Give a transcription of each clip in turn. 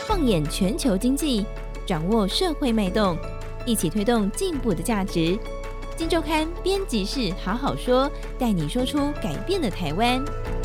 放眼全球经济，掌握社会脉动，一起推动进步的价值。今周刊编辑室好好说，带你说出改变的台湾。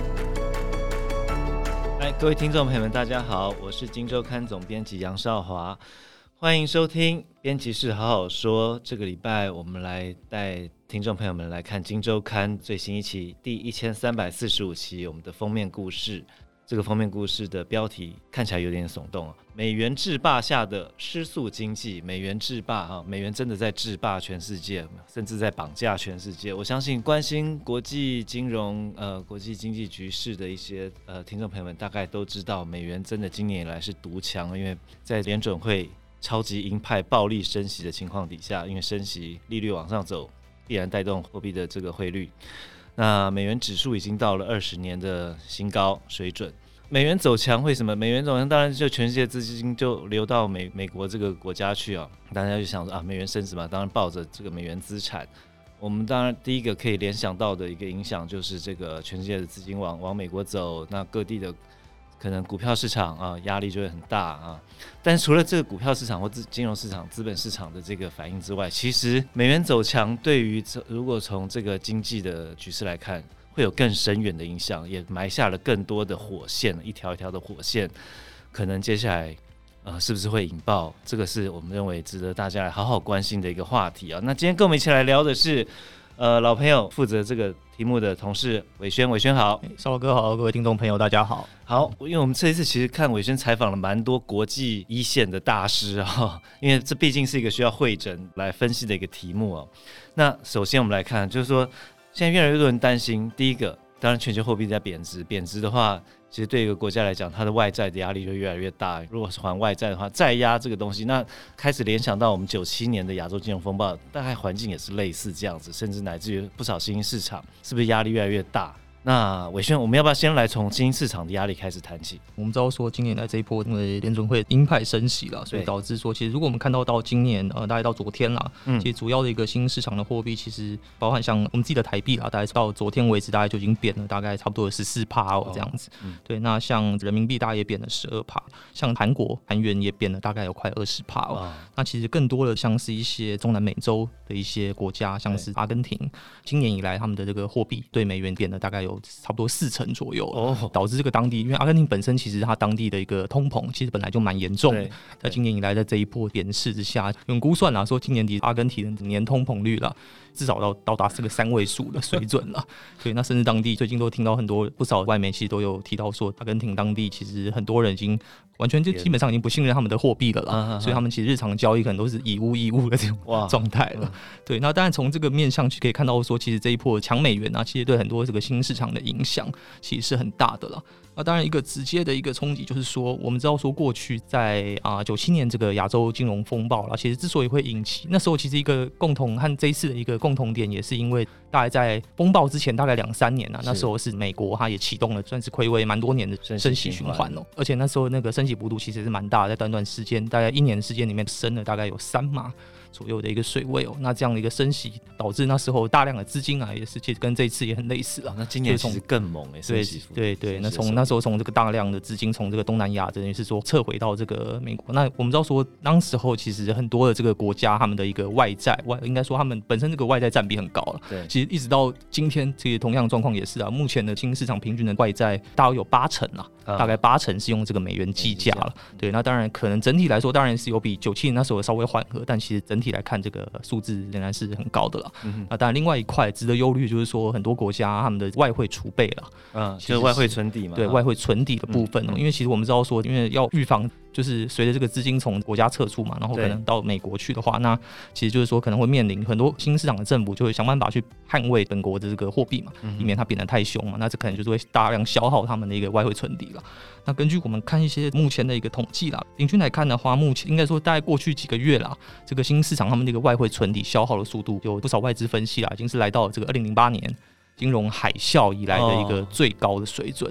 各位听众朋友们大家好，我是今周刊总编辑杨少华，欢迎收听编辑室好好说。这个礼拜我们来带听众朋友们来看今周刊最新一期第1345期我们的封面故事。这个封面故事的标题看起来有点耸动，美元制霸下的失速经济。美元制霸，美元真的在制霸全世界，甚至在绑架全世界。我相信关心国际金融国际经济局势的一些听众朋友们大概都知道，美元真的今年以来是独强，因为在联准会超级鹰派暴力升息的情况底下，因为升息利率往上走，必然带动货币的这个汇率。那美元指数已经到了20年的新高水准。美元走强，为什么？美元走强，当然就全世界资金就流到美国这个国家去啊。大家就想说美元升值嘛，当然抱着这个美元资产。我们当然第一个可以联想到的一个影响就是这个全世界的资金往美国走，那各地的可能股票市场压力就会很大啊。但除了这个股票市场或金融市场、资本市场的这个反应之外，其实美元走强对于如果从这个经济的局势来看，会有更深远的影响，也埋下了更多的火线，一条一条的火线，可能接下来是不是会引爆？这个是我们认为值得大家来好好关心的一个话题啊。那今天跟我们一起来聊的是老朋友负责这个题目的同事伟轩。伟轩好。 少华哥好，各位听众朋友大家好。 好，因为我们这一次其实看伟轩采访了蛮多国际一线的大师因为这毕竟是一个需要会诊来分析的一个题目那首先我们来看，就是说现在越来越多人担心，第一个当然全球货币在贬值，贬值的话其实对一个国家来讲，它的外债的压力就越来越大。如果是还外债的话，债压这个东西，那开始联想到我们97年的亚洲金融风暴，大概环境也是类似这样子，甚至乃至于不少新兴市场是不是压力越来越大？那伟轩，我们要不要先来从新兴市场的压力开始谈起？ 我们知道说今年来这一波，因为联准会鹰派升息了，所以导致说，其实如果我们看到今年大概到昨天啦，其实主要的一个新兴市场的货币，其实包含像我们自己的台币啦，大概到昨天为止，大概就已经贬了大概差不多有14%这样子。对，那像人民币大概也贬了12%，像韩国韩元也贬了大概有快20%那其实更多的像是一些中南美洲的一些国家，像是阿根廷，今年以来他们的这个货币对美元贬了大概有差不多40%左右导致这个当地，因为阿根廷本身其实它当地的一个通膨其实本来就蛮严重的，在今年以来在这一波贬势之下，用估算说今年底阿根廷的年通膨率至少到达这个3位数的水准了。对，那甚至当地最近都听到很多不少外媒其实都有提到说，阿根廷当地其实很多人已经完全就基本上已经不信任他们的货币了啦，所以他们其实日常交易可能都是以物的这种状态了。对，那当然从这个面向可以看到说，其实这一波强美元其实对很多这个新市场的影响其实是很大的了。那当然一个直接的一个冲击就是说，我们知道说过去在97年这个亚洲金融风暴其实之所以会引起，那时候其实一个共同和这一次的一个共同点，也是因为大概在风暴之前大概2-3年那时候是美国它也启动了算是睽违蛮多年的升息循环而且那时候那个升息幅度其实是蛮大的，在短短时间大概1年的时间里面升了大概有3码左右的一个水位那这样的一个升息导致那时候大量的资金也是其实跟这一次也很类似那今年其实更猛升息幅度。 对，那那时候从这个大量的资金从这个东南亚等于是说撤回到这个美国。那我们知道说当时候其实很多的这个国家他们的一个外债应该说他们本身这个外债占比很高了。对，其实一直到今天这些同样的状况也是目前的新兴市场平均的外债大约有80%大概80%是用这个美元计价了。对，那当然可能整体来说当然是有比97年那时候稍微缓和，但其实整体来看这个数字仍然是很高的了。那当然另外一块值得忧虑就是说很多国家他们的外汇储备了就是外汇存底嘛。 对，外汇存底的部分因为其实我们知道说，因为要预防就是随着这个资金从国家撤出嘛，然后可能到美国去的话，那其实就是说可能会面临很多新市场的政府就会想办法去捍卫本国的这个货币嘛，以免它贬得太凶嘛，那这可能就是会大量消耗他们的一个外汇存底了。那根据我们看一些目前的一个统计啦，平均来看的话，目前应该说大概过去几个月啦，这个新市场他们的一个外汇存底消耗的速度，有不少外资分析啦，已经是来到这个2008年金融海啸以来的一个最高的水准了。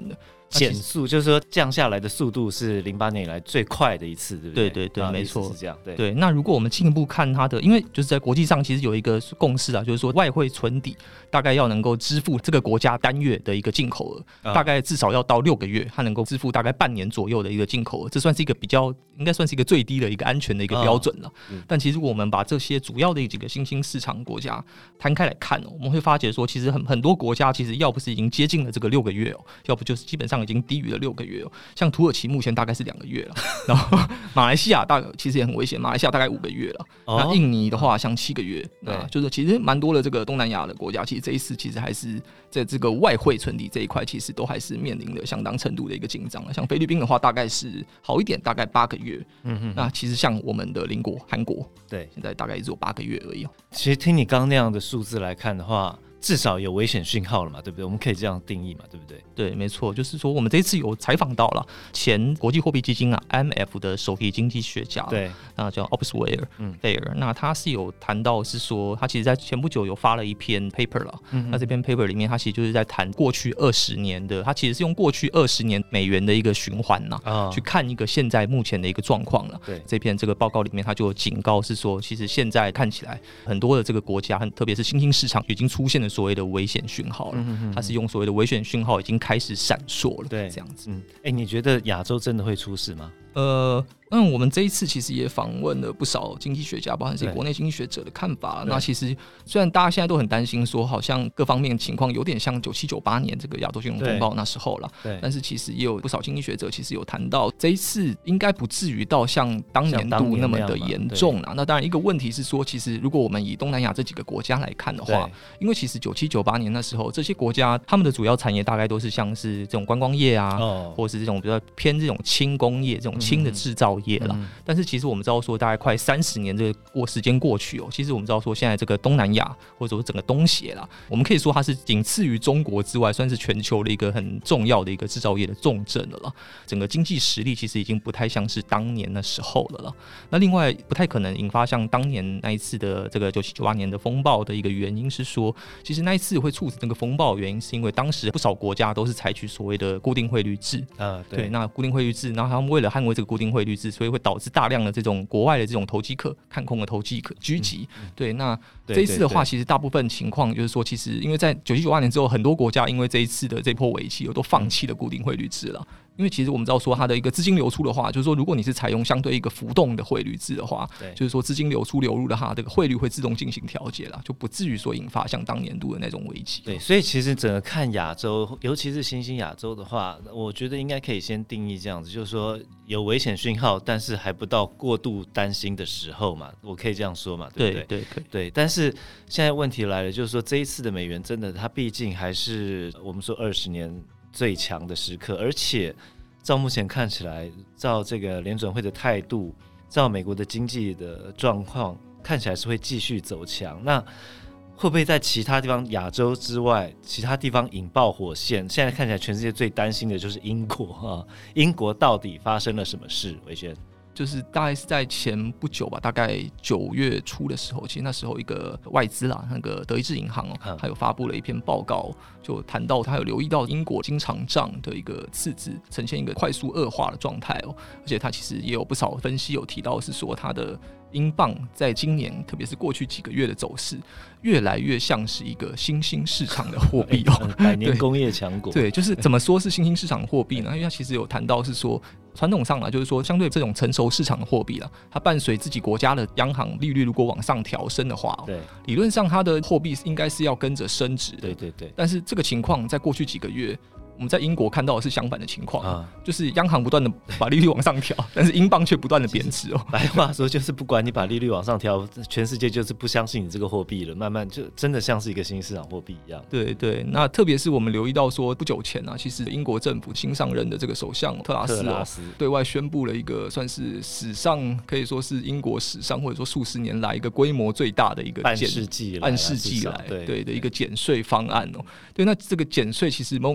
减速，就是说降下来的速度是08年以来最快的一次，对不对？ 对对对，没错， 是这样。 对。那如果我们进一步看它的，因为就是在国际上其实有一个共识啊，就是说外汇存底大概要能够支付这个国家单月的一个进口额，大概至少要到6个月，它能够支付大概半年左右的一个进口额，这算是一个比较应该算是一个最低的一个安全的一个标准了。但其实我们把这些主要的几个新兴市场国家摊开来看我们会发觉说，其实很多国家其实要不是已经接近了这个6个月要不就是基本上已经低于了6个月像土耳其目前大概是2个月了，然后马来西亚其实也很危险，马来西亚大概5个月了，那印尼的话像7个月，那就是其实蛮多的这个东南亚的国家，其实这一次其实还是在这个外汇存底这一块，其实都还是面临的相当程度的一个紧张了。像菲律宾的话，大概是好一点，大概8个月。那其实像我们的邻国韩国，对，现在大概也只有8个月而已。 其实听你刚刚那样的数字来看的话，至少有危险讯号了嘛，对不对？我们可以这样定义嘛，对不对？ 对，没错，就是说我们这一次有采访到了前国际货币基金IMF 的首席经济学家，对，叫 Obsware Fair，那他是有谈到是说，他其实在前不久有发了一篇 paper 了，那这篇 paper 里面，他其实就是在谈过去20年的，他其实是用过去20年美元的一个循环去看一个现在目前的一个状况了。对，这个报告里面，他就有警告是说，其实现在看起来很多的这个国家，特别是新兴市场，已经出现了所谓的危险讯号了，它是用所谓的危险讯号已经开始闪烁了，对，这样子。 你觉得亚洲真的会出事吗？ 我们这一次其实也访问了不少经济学家，包含是国内经济学者的看法。那其实虽然大家现在都很担心说，好像各方面情况有点像97、98年这个亚洲金融风暴那时候了，但是其实也有不少经济学者其实有谈到，这一次应该不至于到像当年度那么的严重啦。那当然一个问题是说，其实如果我们以东南亚这几个国家来看的话，因为其实97、98年那时候这些国家他们的主要产业大概都是像是这种观光业啊，或者是这种比较偏这种轻工业、这种轻的制造业啦。但是其实我们知道说，大概快30年这个时间过去其实我们知道说，现在这个东南亚或者说整个东协啦，我们可以说它是仅次于中国之外，算是全球的一个很重要的一个制造业的重镇了啦。整个经济实力其实已经不太像是当年那时候了啦。那另外不太可能引发像当年那一次的这个97、98年的风暴的一个原因是说，其实那一次会促使那个风暴的原因是因为当时不少国家都是采取所谓的固定汇率制，对，那固定汇率制，然后他们为了捍卫这个固定汇率制，所以会导致大量的这种国外的这种投机客看空的投机客狙击。对，那这一次的话，其实大部分情况就是说，其实因为在97、98年之后，很多国家因为这一次的这波危机都放弃了固定汇率制了。因为其实我们知道说，它的一个资金流出的话，就是说，如果你是采用相对一个浮动的汇率制的话，就是说资金流出流入的话，这个汇率会自动进行调节啦，就不至于说引发像当年度的那种危机。 对，所以其实整个看亚洲，尤其是新兴亚洲的话，我觉得应该可以先定义这样子，就是说有危险讯号，但是还不到过度担心的时候嘛，我可以这样说嘛，对不对？对。但是现在问题来了，就是说这一次的美元真的，它毕竟还是我们说20年最强的时刻，而且照目前看起来，照这个联准会的态度，照美国的经济的状况，看起来是会继续走强。那会不会在其他地方，亚洲之外，其他地方引爆火线？现在看起来，全世界最担心的就是英国啊！英国到底发生了什么事？维轩。 就是大概是在前不久吧，大概9月初的时候，其实那时候一个外资啦，那个德意志银行还有发布了一篇报告，就谈到他有留意到英国经常账的一个赤字呈现一个快速恶化的状态而且他其实也有不少分析有提到是说他的英镑在今年，特别是过去几个月的走势，越来越像是一个新兴市场的货币百年工业强国。 对，就是怎么说是新兴市场货币呢？因为他其实有谈到是说，传统上就是说，相对这种成熟市场的货币它伴随自己国家的央行利率如果往上调升的话，理论上它的货币应该是要跟着升值的。对。但是这个情况在过去几个月，我们在英国看到的是相反的情况就是央行不断的把利率往上调，但是英镑却不断的贬值白话说就是不管你把利率往上调，全世界就是不相信你这个货币了，慢慢就真的像是一个新市场货币一样。 对，那特别是我们留意到说，不久前其实英国政府新上任的这个首相特拉斯对外宣布了一个算是史上可以说是英国史上或者说数十年来一个规模最大的一个半世纪来对的一个减税方案对，那这个减税其实某种程度上就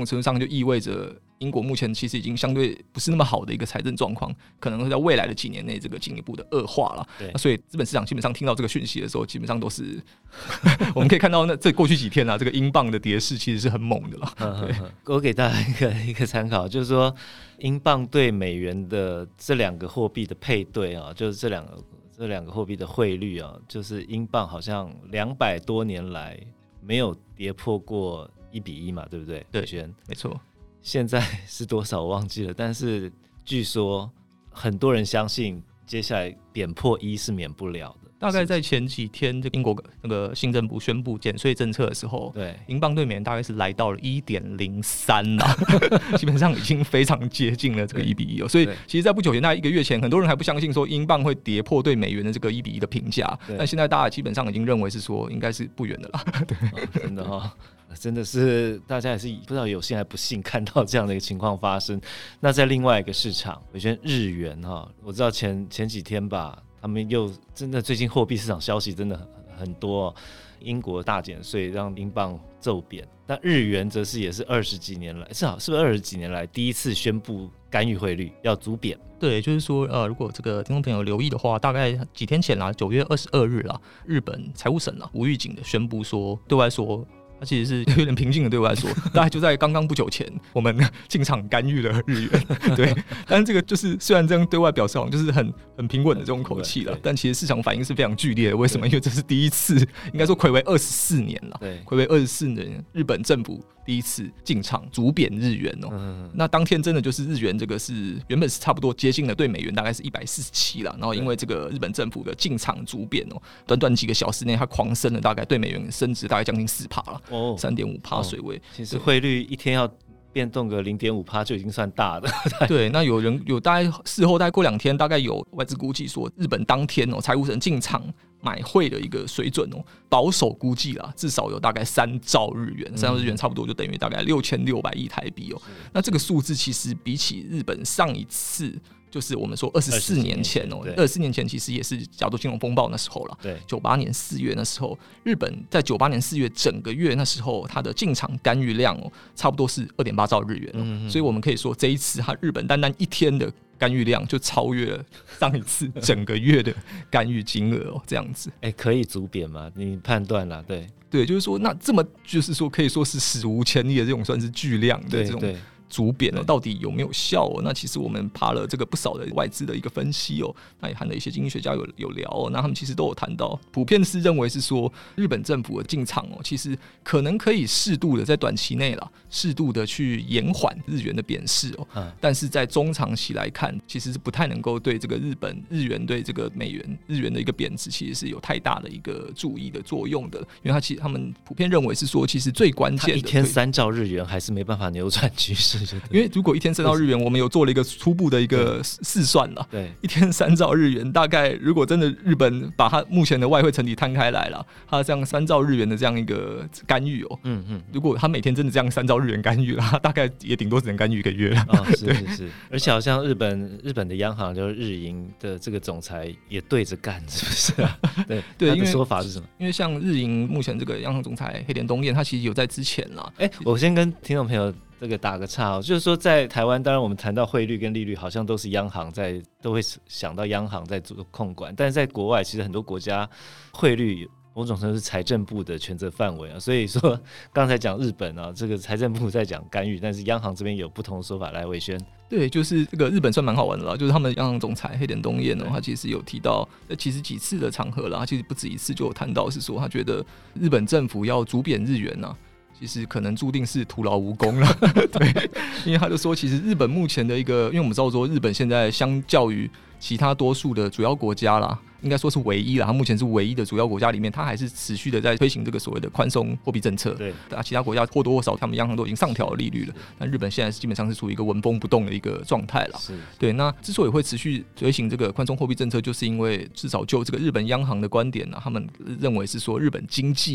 意味着英国目前其实已经相对不是那么好的一个财政状况，可能会在未来的几年内这个进一步的恶化了。所以资本市场基本上听到这个讯息的时候，基本上都是我们可以看到这过去几天这个英镑的跌势其实是很猛的了。 我给大家一个参考，就是说英镑对美元的这两个货币的配对就是这两个货币的汇率就是英镑好像200多年来没有跌破过1:1嘛，对不对？ 对，没错。 现在是多少我忘记了，但是据说很多人相信接下来贬破1是免不了的。 大概在前几天英国那个新政府宣布减税政策的时候， 对， 英镑对美元大概是来到了 1.03 啦基本上已经非常接近了这个1:1所以其实在不久前大概1个月前，很多人还不相信说英镑会跌破对美元的这个1:1的评价，但现在大家基本上已经认为是说应该是不远的啦对真的真的是大家也是不知道有幸还不幸看到这样的一个情况发生。那在另外一个市场，我觉得日元我知道前几天吧，他们又真的最近货币市场消息真的很多英国大减税让英镑骤贬，但日元则是也是20几年来，至少是不是20几年来第一次宣布干预汇率要逐贬。 对，就是说如果这个听众朋友留意的话，大概几天前啦，9月22日啦，日本财务省无预警的宣布说，对外说它其实是有点平静的对我来说，大概就在刚刚不久前，我们进场干预了日元，对。但是这个就是虽然这样对外表示好像就是很平稳的这种口气了，但其实市场反应是非常剧烈的。为什么？因为这是第一次，应该说睽违24年了，睽违24年，日本政府第一次进场逐贬日元那当天真的就是日元这个是原本是差不多接近了对美元大概是147啦，然后因为这个日本政府的进场逐贬短短几个小时内它狂升了大概对美元升值大概将近 4% 了，3.5% 水位。 其实汇率一天要变动个 0.5% 就已经算大的对，那有大概事后大概过2天，大概有外资估计说日本当天财务省进场买汇的一个水准保守估计啦，至少有大概3兆日元，3兆日元差不多就等于大概6600亿台币那这个数字其实比起日本上一次就是我们说24年前24年前其实也是亚洲金融风暴那时候了，98年4月那时候，日本在98年4月整个月那时候它的进场干预量差不多是 2.8 兆日元所以我们可以说这一次它日本单单一天的干预量就超越了上一次整个月的干预金额这样子。 可以逐贬吗？你判断啦， 对，就是说那这么就是说可以说是史无前例的这种算是巨量的这种逐贬到底有没有效那其实我们爬了这个不少的外资的一个分析那也含了一些经济学家有聊那他们其实都有谈到，普遍是认为是说日本政府的进场其实可能可以适度的在短期内啦，适度的去延缓日元的贬势但是在中长期来看，其实是不太能够对这个日元对这个美元日元的一个贬值其实是有太大的一个注意的作用的，因为他们普遍认为是说，其实最关键的一天3兆日元还是没办法扭转趋势。 因为如果一天3兆日元，我们有做了一个初步的一个试算了，一天3兆日元，大概如果真的日本把它目前的外汇存底摊开来了，它这样3兆日元的这样一个干预如果它每天真的这样3兆日元干预了，它大概也顶多只能干预1个月了。 是，而且好像日本的央行就是日银的这个总裁也对着干，是不是对，他的说法是什么？ 因为像日银目前这个央行总裁黑田东彦，他其实有在之前啦。 我先跟听众朋友这个打个岔就是说在台湾，当然我们谈到汇率跟利率好像都是央行都会想到央行在做控管，但是在国外其实很多国家汇率某种程度是财政部的权责范围所以说刚才讲日本这个财政部在讲干预，但是央行这边有不同的说法。来，伟轩。 对，就是这个日本算蛮好玩的啦，就是他们央行总裁黑田东彦他其实有提到，其实几次的场合啦，他其实不止一次就有谈到是说，他觉得日本政府要逐贬日元其实可能注定是徒劳无功了对，因为他就说其实日本目前的一个，因为我们知道说日本现在相较于其他多数的主要国家啦，应该说是唯一啦，它目前是唯一的主要国家里面，它还是持续的在推行这个所谓的宽松货币政策。对，其他国家或多或少他们央行都已经上调了利率了，但日本现在基本上是处于一个纹风不动的一个状态啦。对，那之所以会持续推行这个宽松货币政策，就是因为至少就这个日本央行的观点他们认为是说日本经济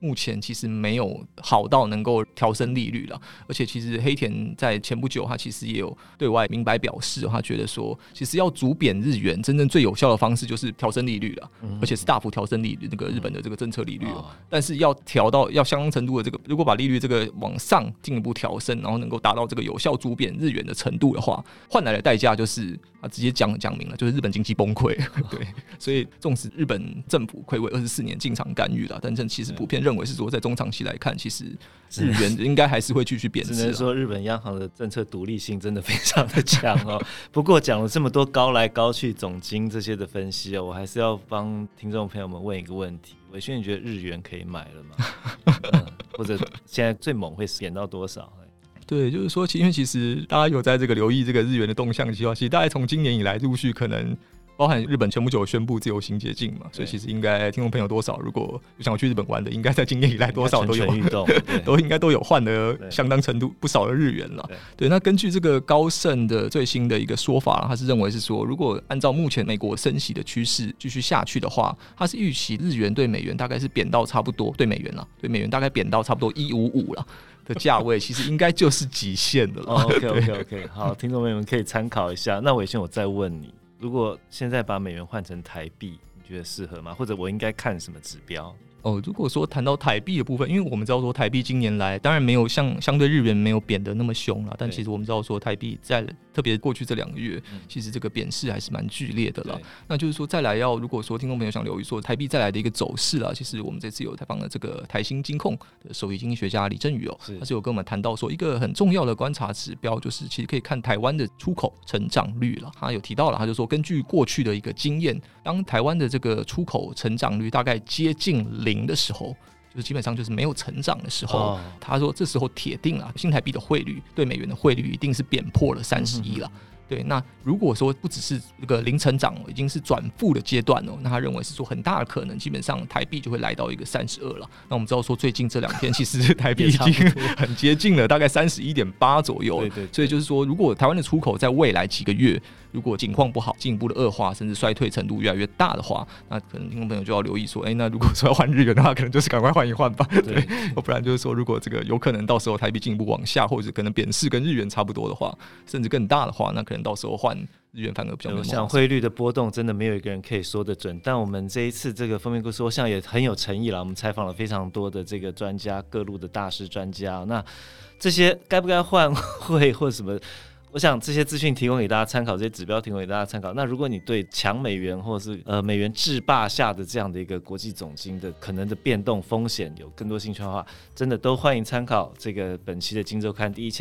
目前其实没有好到能够调升利率了。而且其实黑田在前不久他其实也有对外明白表示，他觉得说其实要逐贬日元真正最有效的方式就是调升利率了，而且是大幅调升利率，那个日本的这个政策利率但是要调到要相当程度的这个，如果把利率这个往上进一步调升，然后能够达到这个有效逐贬日元的程度的话，换来的代价就是他直接讲明了，就是日本经济崩溃对，所以纵使日本政府睽违24年进场干预了，但其实普遍认为是说在中长期来看，其实日元应该还是会继续贬值。 只能说日本央行的政策独立性真的非常的强不过讲了这么多高来高去总经这些的分析我还是要帮听众朋友们问一个问题，伟轩你觉得日元可以买了吗或者现在最猛会贬到多少？ 对，就是说因为其实大家有在这个留意这个日元的动向计划，其实大概从今年以来陆续可能包含日本前不久宣布自由行解禁嘛，所以其实应该听众朋友多少如果想去日本玩的，应该在今年以来多少都有都应该都有换了相当程度不少的日元了。对，那根据这个高盛的最新的一个说法，他是认为是说，如果按照目前美国升息的趋势继续下去的话，他是预期日元对美元大概是贬到差不多对美元大概贬到差不多155啦的价位，其实应该就是极限的了。 OK， 好，听众朋友们可以参考一下。那伟轩，我再问你，如果现在把美元换成台币，你觉得适合吗？或者我应该看什么指标？ 如果说谈到台币的部分，因为我们知道说台币近年来当然没有相对日元没有贬得那么凶了，但其实我们知道说台币在特别过去这2个月，其实这个贬势还是蛮剧烈的了。那就是说再来如果说听众朋友想留意说台币再来的一个走势啦，其实我们这次有采访了这个台新金控的首席经济学家李振宇他是有跟我们谈到说一个很重要的观察指标，就是其实可以看台湾的出口成长率了。他有提到了，他就说根据过去的一个经验，当台湾的这个出口成长率大概接近0的时候，就是基本上就是没有成长的时候他说这时候铁定了新台币的汇率对美元的汇率一定是贬破了31了对，那如果说不只是这个零成长已经是转负的阶段那他认为是说很大的可能基本上台币就会来到一个32了。那我们知道说最近这2天其实台币已经很接近了，大概31.8左右对，所以就是说如果台湾的出口在未来几个月如果情况不好进一步的恶化甚至衰退程度越来越大的话，那可能听众朋友就要留意说那如果说要换日元的话，可能就是赶快换一换吧对，不然就是说如果这个有可能到时候台币进一步往下，或者可能贬势跟日元差不多的话，甚至更大的话，那可能到时候换日元反而比较没有。我想汇率的波动真的没有一个人可以说得准，但我们这一次这个封面故事我想也很有诚意了，我们采访了非常多的这个专家，各路的大师专家，那这些该不该换汇或者什么，我想这些资讯提供给大家参考，这些指标提供给大家参考。那如果你对强美元或者是美元制霸下的这样的一个国际总经的可能的变动风险有更多兴趣的话，真的都欢迎参考这个本期的《今周刊》第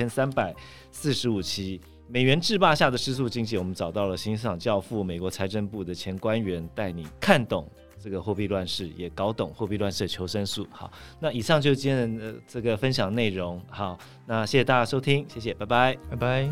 1345期美元制霸下的失速经济。我们找到了新市场教父美国财政部的前官员，带你看懂这个货币乱世，也搞懂货币乱世的求生术。好，那以上就是今天的这个分享内容。好，那谢谢大家收听，谢谢，拜拜， 拜拜。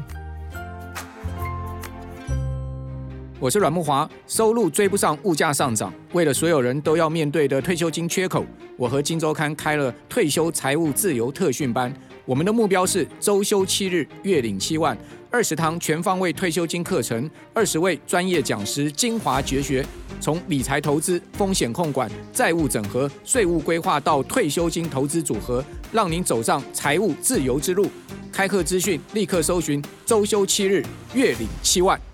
我是阮慕骅，收入追不上物价上涨，为了所有人都要面对的退休金缺口，我和金周刊开了退休财务自由特训班。我们的目标是周休7日，月领7万，20堂全方位退休金课程，20位专业讲师精华绝学，从理财投资、风险控管、债务整合、税务规划到退休金投资组合，让您走上财务自由之路。开课资讯立刻搜寻周休7日，月领7万。